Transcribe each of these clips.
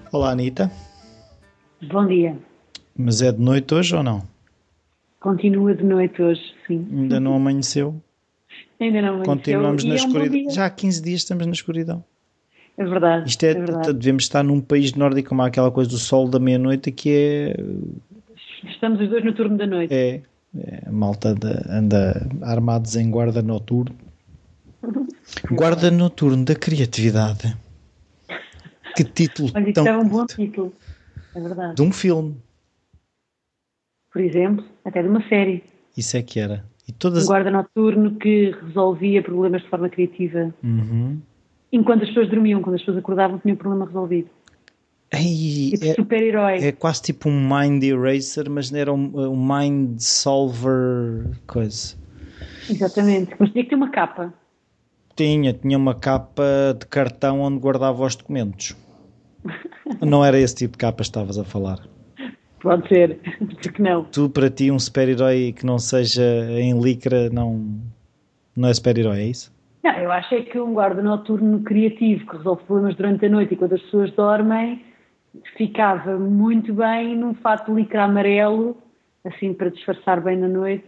Olá, Anitta. Bom dia. Mas é de noite hoje ou não? Continua de noite hoje, sim. Ainda não amanheceu? Ainda não amanheceu Continuamos na e é um bom escuridão. dia. Já há 15 dias estamos na escuridão. É verdade, Isto é, é verdade. devemos estar num país nórdico como há aquela coisa do sol da meia-noite que Estamos os dois no turno da noite. é, a malta anda armados em guarda noturno. É Guarda verdade. noturno da criatividade. Que título Olha, isso tão é um bom bonito. título. É verdade. De um filme. Por exemplo, até de uma série. Isso é que era. E Um todas... guarda noturno que resolvia problemas de forma criativa. Uhum. Enquanto as pessoas dormiam, quando as pessoas acordavam, tinham o problema resolvido. Ei, Tipo super-herói. é quase tipo um mind eraser, mas não era um mind solver coisa. Exatamente. Mas tinha que ter uma capa. Tinha uma capa de cartão onde guardava os documentos. Não era esse tipo de capa que estavas a falar. Pode ser. Porque não? Tu, para ti, um super-herói que não seja em licra, não é super-herói, é isso? Não, eu acho é que um guarda noturno criativo que resolve problemas durante a noite e quando as pessoas dormem ficava muito bem num fato de licra amarelo, assim para disfarçar bem na noite,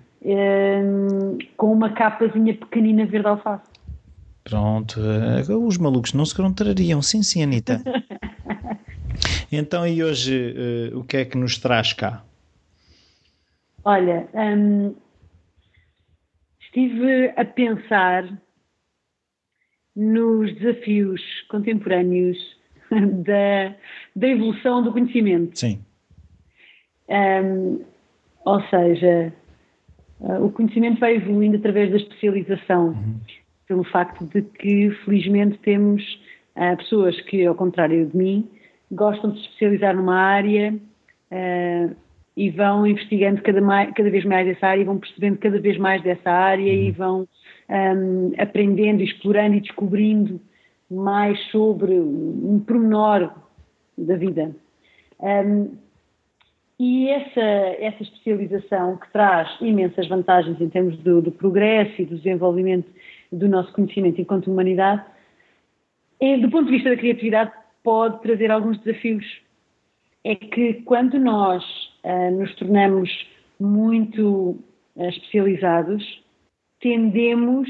com uma capazinha pequenina verde alface. Pronto, os malucos não se contrariam. Sim, sim, Anitta. Então, e hoje, o que é que nos traz cá? Olha, estive a pensar nos desafios contemporâneos da, da evolução do conhecimento. Sim. Hum, ou seja, o conhecimento vai evoluindo através da especialização, pelo facto de que, felizmente, temos pessoas que, ao contrário de mim, gostam de se especializar numa área e vão investigando cada vez mais essa área, vão percebendo cada vez mais dessa área e vão aprendendo, explorando e descobrindo mais sobre um pormenor da vida. E essa especialização que traz imensas vantagens em termos do progresso e do desenvolvimento do nosso conhecimento enquanto humanidade, do ponto de vista da criatividade, pode trazer alguns desafios. É que quando nós nos tornamos muito especializados, tendemos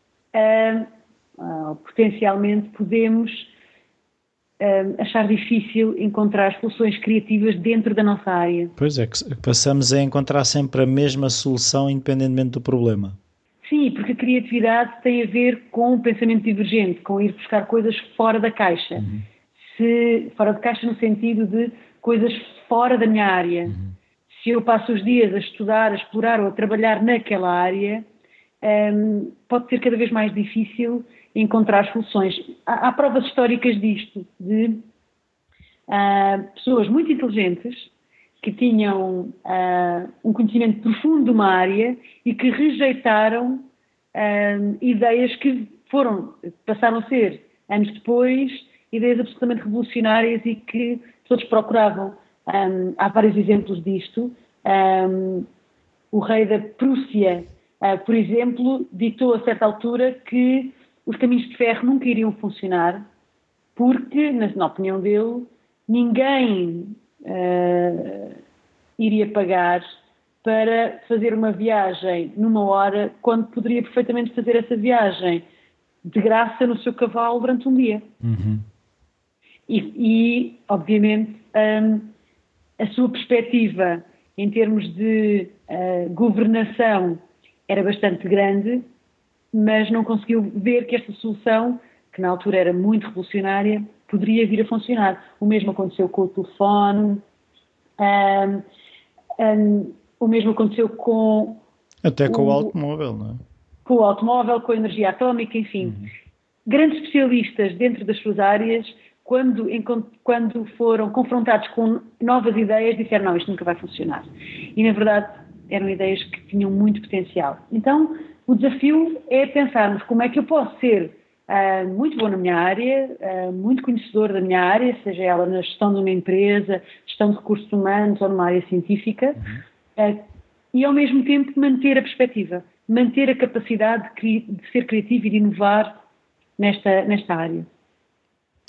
potencialmente podemos achar difícil encontrar soluções criativas dentro da nossa área. Pois é, que passamos a encontrar sempre a mesma solução independentemente do problema. Sim, porque a criatividade tem a ver com o pensamento divergente, com ir buscar coisas fora da caixa. Fora da caixa no sentido de coisas fora da minha área. Se eu passo os dias a estudar, a explorar ou a trabalhar naquela área, pode ser cada vez mais difícil encontrar soluções. Há provas históricas disto, de pessoas muito inteligentes que tinham um conhecimento profundo de uma área e que rejeitaram ideias que passaram a ser, anos depois, ideias absolutamente revolucionárias e que todos procuravam. Há vários exemplos disto. O rei da Prússia, por exemplo, ditou a certa altura que os caminhos de ferro nunca iriam funcionar porque, na opinião dele, ninguém iria pagar para fazer uma viagem numa hora quando poderia perfeitamente fazer essa viagem de graça no seu cavalo durante um dia. Obviamente, a sua perspectiva em termos de governação era bastante grande, mas não conseguiu ver que esta solução, que na altura era muito revolucionária, poderia vir a funcionar. O mesmo aconteceu com o telefone, o mesmo aconteceu Até com o o, automóvel, não é? com o automóvel, com a energia atómica, enfim. Grandes especialistas dentro das suas áreas, quando foram confrontados com novas ideias, disseram, não, isto nunca vai funcionar. E, na verdade, eram ideias que tinham muito potencial. Então, o desafio é pensarmos como é que eu posso ser muito bom na minha área, muito conhecedor da minha área, seja ela na gestão de uma empresa, gestão de recursos humanos ou numa área científica, e ao mesmo tempo manter a perspectiva, manter a capacidade de ser criativo e de inovar nesta área. Sim.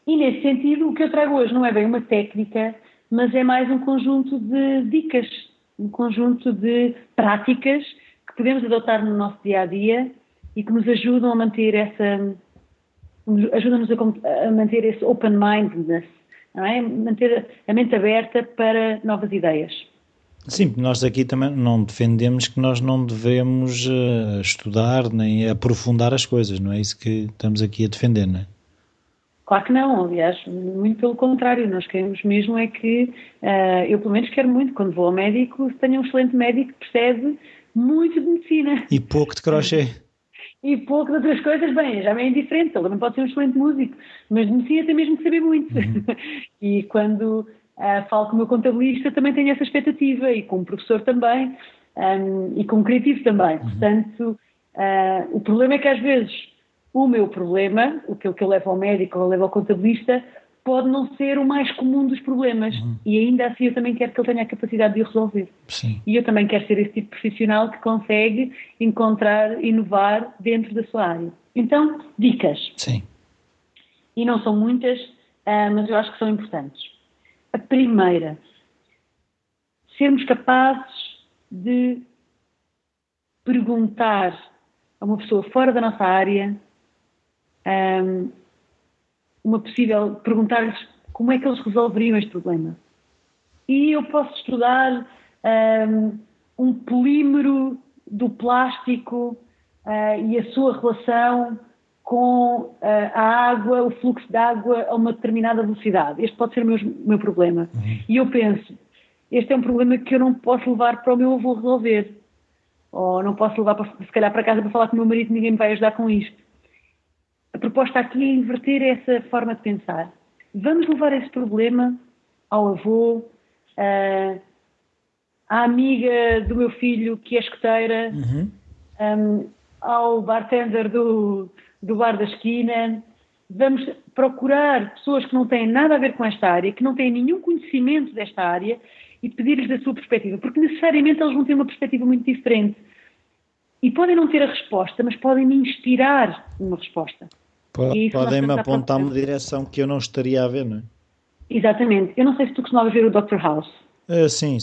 E nesse sentido, o que eu trago hoje não é bem uma técnica, mas é mais um conjunto de dicas, um conjunto de práticas que podemos adotar no nosso dia-a-dia e que nos ajudam a manter ajuda-nos a manter esse open-mindedness, não é? Manter a mente aberta para novas ideias. Sim, nós aqui também não defendemos que nós não devemos estudar nem aprofundar as coisas, não é isso que estamos aqui a defender, não é? Claro que não, aliás, muito pelo contrário, nós queremos mesmo é que, eu pelo menos quero muito, quando vou ao médico, tenha um excelente médico que percebe muito de medicina. E pouco de crochê. E pouco de outras coisas, bem, já me é indiferente, ele também pode ser um excelente músico, mas de medicina tem mesmo que saber muito. E quando falo com o meu contabilista também tenho essa expectativa, e com o professor também, e com o criativo também. Portanto, o problema é que às vezes o meu problema, o que eu levo ao médico ou eu levo ao contabilista, pode não ser o mais comum dos problemas. E ainda assim eu também quero que ele tenha a capacidade de o resolver. Sim. E eu também quero ser esse tipo de profissional que consegue encontrar, inovar dentro da sua área. Então, dicas. Sim. E não são muitas, mas eu acho que são importantes. A primeira, sermos capazes de perguntar a uma pessoa fora da nossa área, perguntar-lhes como é que eles resolveriam este problema. E eu posso estudar um polímero do plástico e a sua relação com a água, o fluxo de água a uma determinada velocidade. Este pode ser o meu problema. E eu penso, este é um problema que eu não posso levar para o meu avô resolver. Ou não posso levar, se calhar, para casa para falar com o meu marido, ninguém me vai ajudar com isto. A proposta aqui é inverter essa forma de pensar. Vamos levar esse problema ao avô, à amiga do meu filho que é escoteira, ao bartender do bar da esquina. Vamos procurar pessoas que não têm nada a ver com esta área, que não têm nenhum conhecimento desta área e pedir-lhes a sua perspectiva, porque necessariamente eles vão ter uma perspectiva muito diferente. E podem não ter a resposta, mas podem me inspirar uma resposta. Podem-me apontar uma direção que eu não estaria a ver, não é? Exatamente. Eu não sei se tu costumavas ver o Dr. House. Sim.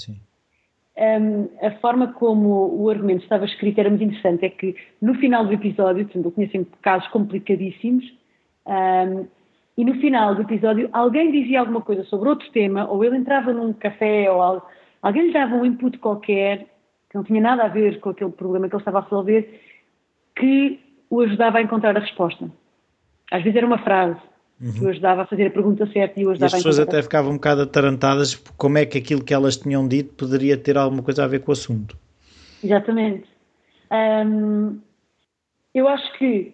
A forma como o argumento estava escrito era muito interessante. É que no final do episódio, portanto, eu conheço casos complicadíssimos, e no final do episódio alguém dizia alguma coisa sobre outro tema, ou ele entrava num café, ou alguém lhe dava um input qualquer, que não tinha nada a ver com aquele problema que ele estava a resolver, que o ajudava a encontrar a resposta. Às vezes era uma frase que o ajudava a fazer a pergunta certa e o ajudava a encontrar. E as pessoas até ficavam um bocado atarantadas como é que aquilo que elas tinham dito poderia ter alguma coisa a ver com o assunto. Exatamente. Eu acho que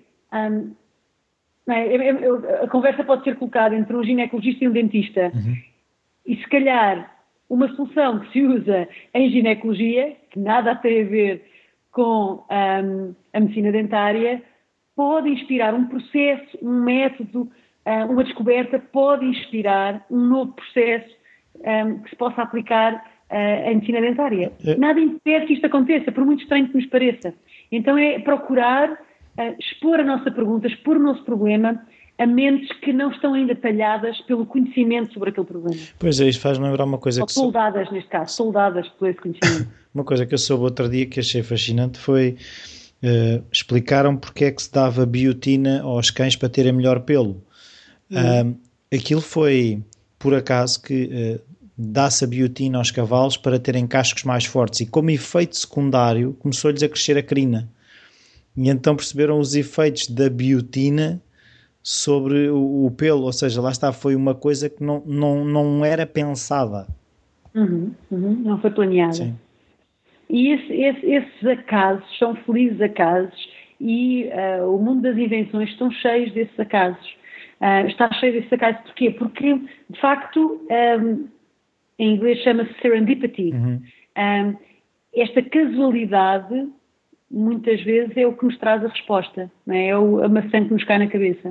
a conversa pode ser colocada entre um ginecologista e um dentista. E se calhar uma solução que se usa em ginecologia, que nada tem a ver com a medicina dentária, pode inspirar um processo, um método, uma descoberta, pode inspirar um novo processo que se possa aplicar em medicina dentária. Nada impede que isto aconteça, por muito estranho que nos pareça. Então é procurar expor a nossa pergunta, expor o nosso problema a mentes que não estão ainda talhadas pelo conhecimento sobre aquele problema. Pois é, isto faz-me lembrar uma coisa ou soldadas, neste caso, soldadas por esse conhecimento. Uma coisa que eu soube outro dia que achei fascinante foi explicaram porque é que se dava biotina aos cães para terem melhor pelo. Aquilo foi por acaso que dá-se a biotina aos cavalos para terem cascos mais fortes e como efeito secundário começou-lhes a crescer a crina. E então perceberam os efeitos da biotina sobre o pelo, ou seja, lá está, foi uma coisa que não era pensada. Não foi planeada. Sim. E esses acasos são felizes acasos e o mundo das invenções estão cheios desses acasos. Está cheio desses acasos porquê? Porque, de facto, em inglês chama-se serendipity. Esta casualidade muitas vezes é o que nos traz a resposta, não é? É a maçã que nos cai na cabeça.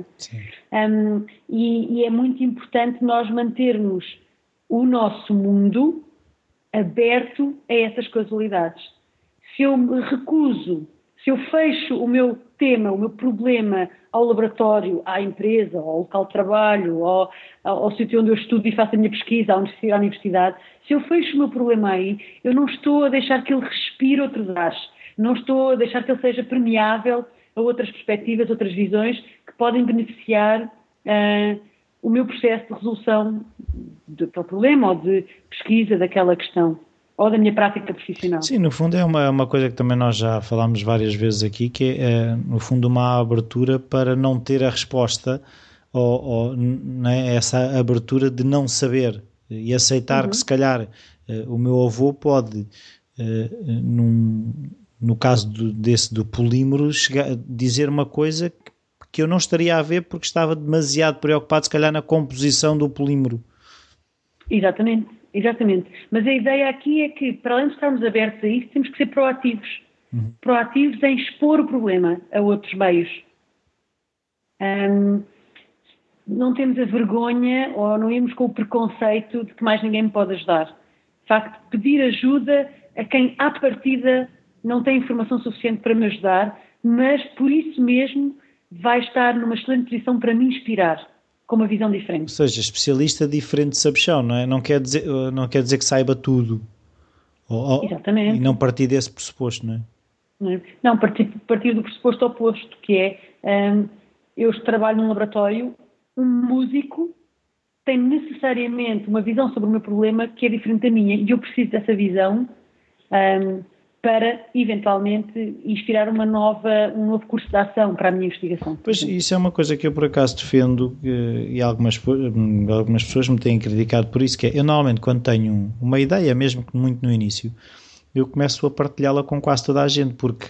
E é muito importante nós mantermos o nosso mundo aberto a essas casualidades. Se eu me recuso Se eu fecho o meu tema, o meu problema ao laboratório, à empresa, ao local de trabalho, ao sítio onde eu estudo e faço a minha pesquisa, à universidade, se eu fecho o meu problema aí, eu não estou a deixar que ele respire outros ares, não estou a deixar que ele seja permeável a outras perspectivas, outras visões que podem beneficiar o meu processo de resolução do problema ou de pesquisa daquela questão ou da minha prática profissional. Sim, no fundo é uma coisa que também nós já falámos várias vezes aqui, que é, no fundo, uma abertura para não ter a resposta ou né, essa abertura de não saber e aceitar que se calhar o meu avô pode, no caso do polímero, dizer uma coisa que eu não estaria a ver porque estava demasiado preocupado se calhar na composição do polímero. Exatamente. Mas a ideia aqui é que, para além de estarmos abertos a isso, temos que ser proativos. Proativos em expor o problema a outros meios. Não temos a vergonha ou não irmos com o preconceito de que mais ninguém me pode ajudar. De facto, pedir ajuda a quem, à partida, não tem informação suficiente para me ajudar, mas, por isso mesmo, vai estar numa excelente posição para me inspirar, com uma visão diferente. Ou seja, especialista diferente de sabichão, não é? Não quer dizer que saiba tudo. Exatamente. E não partir desse pressuposto, não é? Não, partir do pressuposto oposto, que é, eu trabalho num laboratório, um músico tem necessariamente uma visão sobre o meu problema que é diferente da minha, e eu preciso dessa visão para, eventualmente, inspirar um novo curso de ação para a minha investigação. Pois, isso é uma coisa que eu, por acaso, defendo e algumas pessoas me têm criticado por isso, que é, eu normalmente, quando tenho uma ideia, mesmo que muito no início, eu começo a partilhá-la com quase toda a gente, porque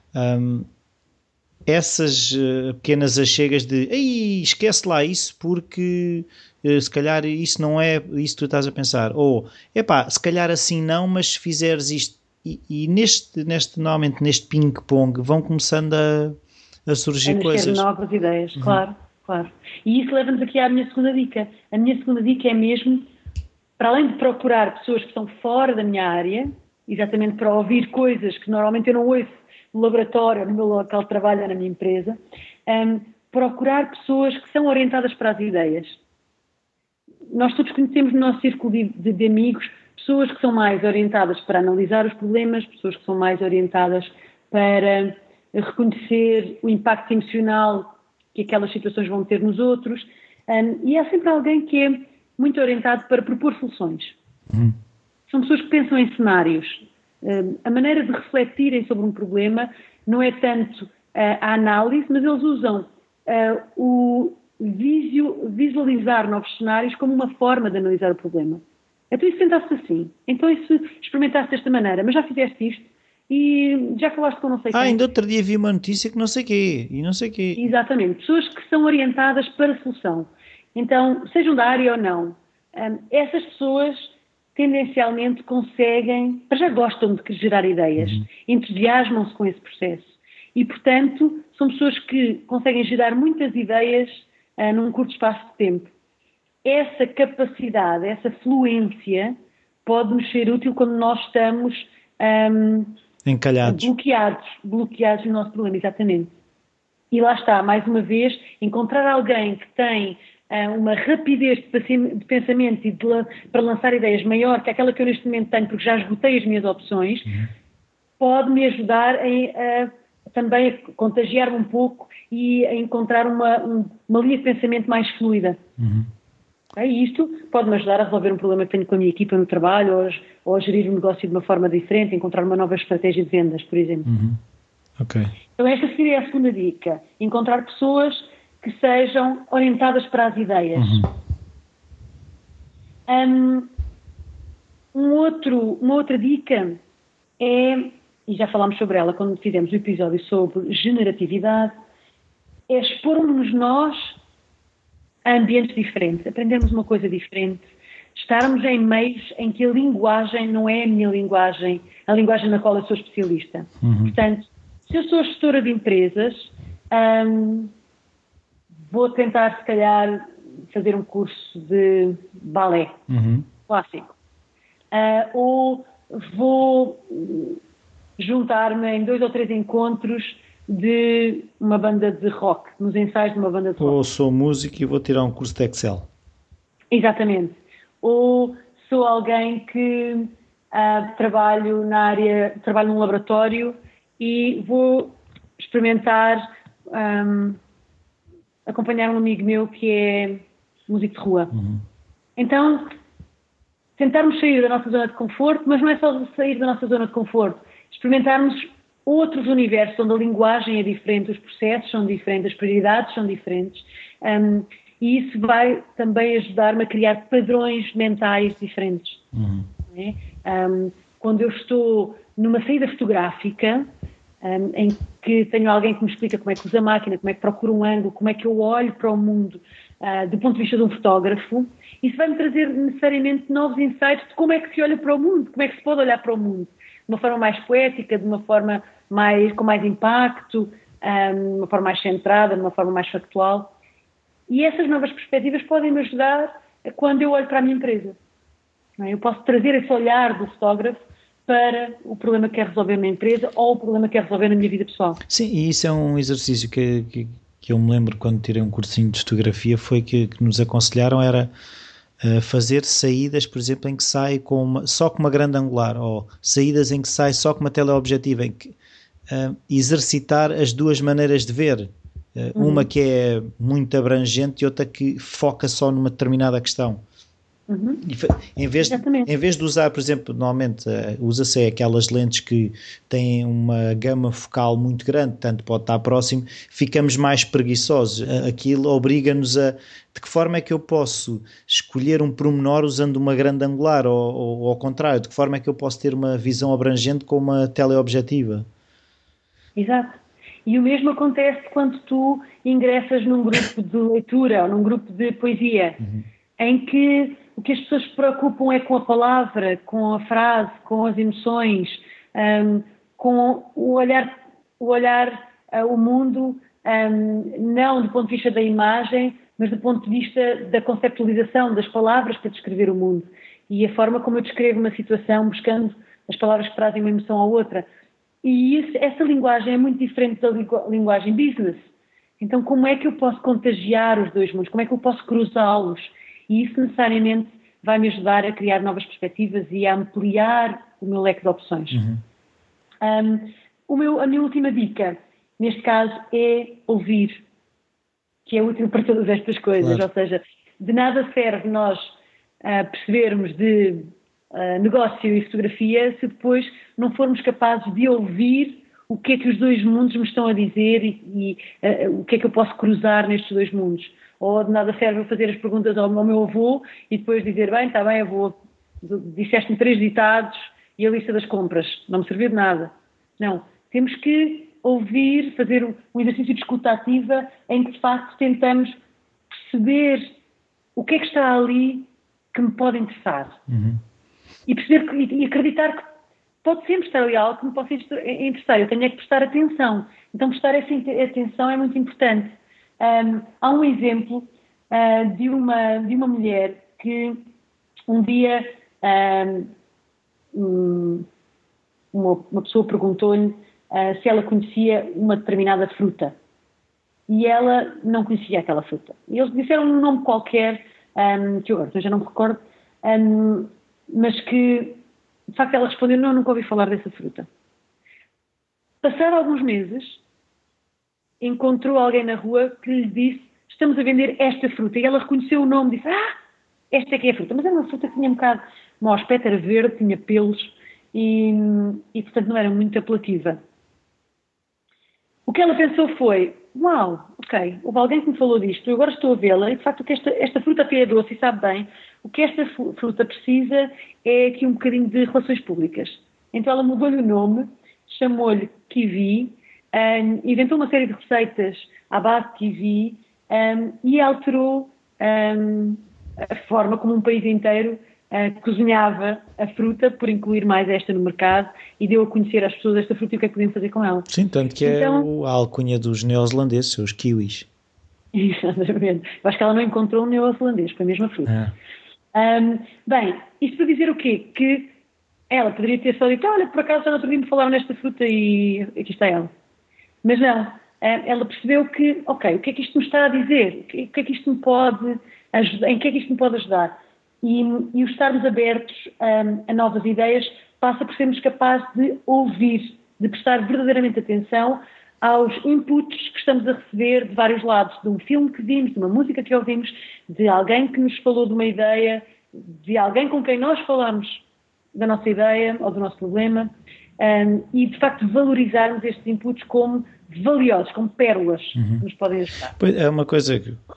essas pequenas achegas de ei, esquece lá isso porque se calhar isso não é isso que tu estás a pensar, ou epá, se calhar assim não, mas se fizeres isto e normalmente neste ping-pong vão começando a surgir coisas. Novas ideias, claro. E isso leva-nos aqui à minha segunda dica. A minha segunda dica é mesmo, para além de procurar pessoas que estão fora da minha área, exatamente para ouvir coisas que normalmente eu não ouço no laboratório, no meu local de trabalho, na minha empresa, procurar pessoas que são orientadas para as ideias. Nós todos conhecemos no nosso círculo de amigos pessoas que são mais orientadas para analisar os problemas, pessoas que são mais orientadas para reconhecer o impacto emocional que aquelas situações vão ter nos outros, e há sempre alguém que é muito orientado para propor soluções. São pessoas que pensam em cenários. A maneira de refletirem sobre um problema não é tanto a análise, mas eles usam o visualizar novos cenários como uma forma de analisar o problema. Então, e se tentaste assim? Então, e se experimentaste desta maneira? Mas já fizeste isto? E já falaste com não sei quem? Ainda outro dia vi uma notícia que não sei quê, e não sei quê. Exatamente. Pessoas que são orientadas para a solução. Então, sejam da área ou não, essas pessoas tendencialmente conseguem, já gostam de gerar ideias, entusiasmam-se com esse processo. E, portanto, são pessoas que conseguem gerar muitas ideias num curto espaço de tempo. Essa capacidade, essa fluência pode nos ser útil quando nós estamos encalhados, bloqueados no nosso problema, exatamente. E lá está, mais uma vez, encontrar alguém que tem uma rapidez de pensamento e para lançar ideias maior que aquela que eu neste momento tenho, porque já esgotei as minhas opções, pode-me ajudar também a contagiar-me um pouco e a encontrar uma linha de pensamento mais fluida. E isto pode-me ajudar a resolver um problema que tenho com a minha equipa no trabalho ou a gerir um negócio de uma forma diferente, encontrar uma nova estratégia de vendas, por exemplo. Ok. Então esta seria a segunda dica. Encontrar pessoas que sejam orientadas para as ideias. Uma outra dica é, e já falámos sobre ela quando fizemos o episódio sobre generatividade, é expormos-nos nós a ambientes diferentes, aprendermos uma coisa diferente, estarmos em meios em que a linguagem não é a minha linguagem, a linguagem na qual eu sou especialista. Portanto, se eu sou gestora de empresas, vou tentar, se calhar, fazer um curso de balé clássico. Ou vou juntar-me em 2 ou 3 encontros de uma banda de rock, nos ensaios de uma banda de rock. Ou sou músico e vou tirar um curso de Excel. Exatamente. Ou sou alguém que trabalho num laboratório e vou experimentar acompanhar um amigo meu que é músico de rua. Então, tentarmos sair da nossa zona de conforto, mas não é só sair da nossa zona de conforto, experimentarmos outros universos onde a linguagem é diferente, os processos são diferentes, as prioridades são diferentes, e isso vai também ajudar-me a criar padrões mentais diferentes. Né? Quando eu estou numa saída fotográfica, em que tenho alguém que me explica como é que usa a máquina, como é que procura um ângulo, como é que eu olho para o mundo do ponto de vista de um fotógrafo, isso vai-me trazer necessariamente novos insights de como é que se olha para o mundo, como é que se pode olhar para o mundo, de uma forma mais poética, de uma forma com mais impacto, de uma forma mais centrada, de uma forma mais factual. E essas novas perspectivas podem me ajudar quando eu olho para a minha empresa. Eu posso trazer esse olhar do fotógrafo para o problema que quer resolver na empresa ou o problema que quer resolver na minha vida pessoal. Sim, e isso é um exercício que eu me lembro quando tirei um cursinho de fotografia, foi que nos aconselharam era fazer saídas, por exemplo, em que sai só com uma grande angular, ou saídas em que sai só com uma teleobjetiva, em que exercitar as duas maneiras de ver. Uma que é muito abrangente e outra que foca só numa determinada questão. Em vez de usar, por exemplo, normalmente usa-se aquelas lentes que têm uma gama focal muito grande, tanto pode estar próximo, ficamos mais preguiçosos. Aquilo obriga-nos de que forma é que eu posso escolher um pormenor usando uma grande angular, ou ao contrário, de que forma é que eu posso ter uma visão abrangente com uma teleobjetiva. Exato. E o mesmo acontece quando tu ingressas num grupo de leitura ou num grupo de poesia, em que o que as pessoas se preocupam é com a palavra, com a frase, com as emoções, com o olhar o mundo, não do ponto de vista da imagem, mas do ponto de vista da conceptualização das palavras para descrever o mundo. E a forma como eu descrevo uma situação, buscando as palavras que trazem uma emoção à outra. E essa linguagem é muito diferente da linguagem business. Então, como é que eu posso contagiar os dois mundos? Como é que eu posso cruzá-los? E isso necessariamente vai me ajudar a criar novas perspectivas e a ampliar o meu leque de opções. A minha última dica, neste caso, é ouvir, que é útil para todas estas coisas. Claro. Ou seja, de nada serve nós percebermos de negócio e fotografia se depois não formos capazes de ouvir o que é que os dois mundos me estão a dizer e o que é que eu posso cruzar nestes dois mundos. Ou de nada serve eu fazer as perguntas ao meu avô e depois dizer, bem, está bem, avô, disseste-me 3 ditados e a lista das compras. Não me serviu de nada. Não. Temos que ouvir, fazer um exercício de escuta ativa em que, de facto, tentamos perceber o que é que está ali que me pode interessar. E perceber e acreditar que pode sempre estar ali algo que me possa interessar. Eu tenho é que prestar atenção. Então, prestar essa atenção é muito importante. Há um exemplo de uma mulher que um dia uma pessoa perguntou-lhe se ela conhecia uma determinada fruta. E ela não conhecia aquela fruta. E eles disseram um nome qualquer, que eu agora já não me recordo, mas que, de facto, ela respondeu, não, nunca ouvi falar dessa fruta. Passado alguns meses, encontrou alguém na rua que lhe disse, estamos a vender esta fruta. E ela reconheceu o nome, disse, esta é que é a fruta. Mas era uma fruta que tinha um bocado mau aspecto, era verde, tinha pelos e portanto, não era muito apelativa. O que ela pensou foi, uau, ok, houve alguém que me falou disto, eu agora estou a vê-la e, de facto, o que esta fruta até é doce e sabe bem, o que esta fruta precisa é aqui um bocadinho de relações públicas. Então ela mudou-lhe o nome, chamou-lhe Kiwi, inventou uma série de receitas à base de kiwi e alterou a forma como um país inteiro cozinhava a fruta por incluir mais esta no mercado e deu a conhecer às pessoas esta fruta e o que é que podiam fazer com ela. Sim, tanto que então, é a alcunha dos neozelandeses, os kiwis. Exatamente. Eu acho que ela não encontrou um neozelandês, foi a mesma fruta. Bem, isto para dizer o quê? Que Ela poderia ter só dito, olha, por acaso já no outro dia me falaram nesta fruta e aqui está ela. Mas não, ela percebeu que, ok, o que é que isto me está a dizer? O que é que isto me pode ajudar? Em que é que isto me pode ajudar? E o estarmos abertos a novas ideias passa por sermos capazes de ouvir, de prestar verdadeiramente atenção aos inputs que estamos a receber de vários lados, de um filme que vimos, de uma música que ouvimos, de alguém que nos falou de uma ideia, de alguém com quem nós falamos da nossa ideia ou do nosso problema, e de facto valorizarmos estes inputs como valiosos, como pérolas que nos podem ajudar. Pois, é uma coisa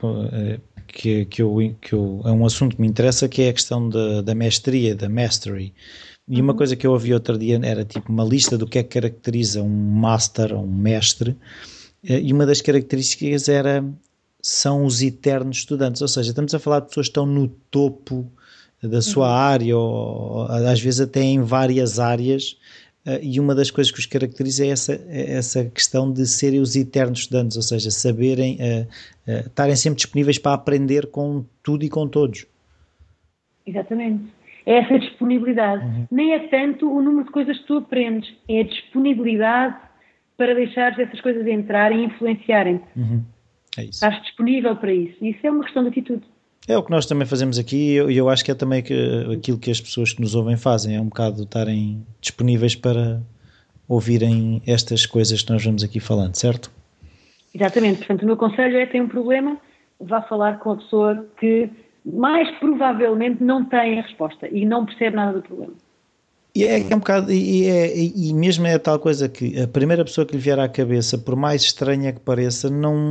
que é um assunto que me interessa, que é a questão da mestria, da mastery. E uma coisa que eu ouvi outro dia era tipo uma lista do que é que caracteriza um master, um mestre, e uma das características são os eternos estudantes, ou seja, estamos a falar de pessoas que estão no topo da sua área, ou às vezes até em várias áreas, e uma das coisas que os caracteriza é essa questão de serem os eternos estudantes, ou seja, saberem, estarem sempre disponíveis para aprender com tudo e com todos. Exatamente. É essa disponibilidade. Nem é tanto o número de coisas que tu aprendes, é a disponibilidade para deixares essas coisas entrarem e influenciarem-te. É isso. Estás disponível para isso. Isso é uma questão de atitude. É o que nós também fazemos aqui, e eu acho que é também aquilo que as pessoas que nos ouvem fazem, é um bocado estarem disponíveis para ouvirem estas coisas que nós vamos aqui falando, certo? Exatamente. Portanto, o meu conselho é: tem um problema, vá falar com a pessoa que mais provavelmente não tem a resposta e não percebe nada do problema. E é um bocado, e mesmo é a tal coisa que a primeira pessoa que lhe vier à cabeça, por mais estranha que pareça,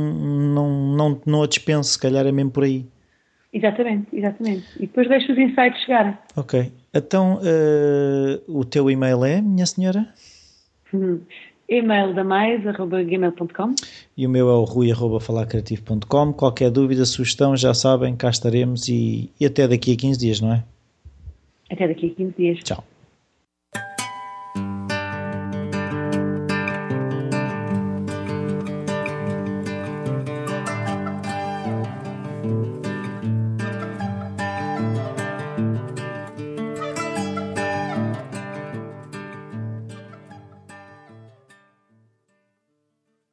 não a dispense, se calhar é mesmo por aí. Exatamente. E depois deixa os insights chegarem. Ok. Então, o teu e-mail é, minha senhora? e-mail.damais@gmail.com. E o meu é o rui@falarcreativo.com. Qualquer dúvida, sugestão, já sabem, cá estaremos e até daqui a 15 dias, não é? Até daqui a 15 dias. Tchau.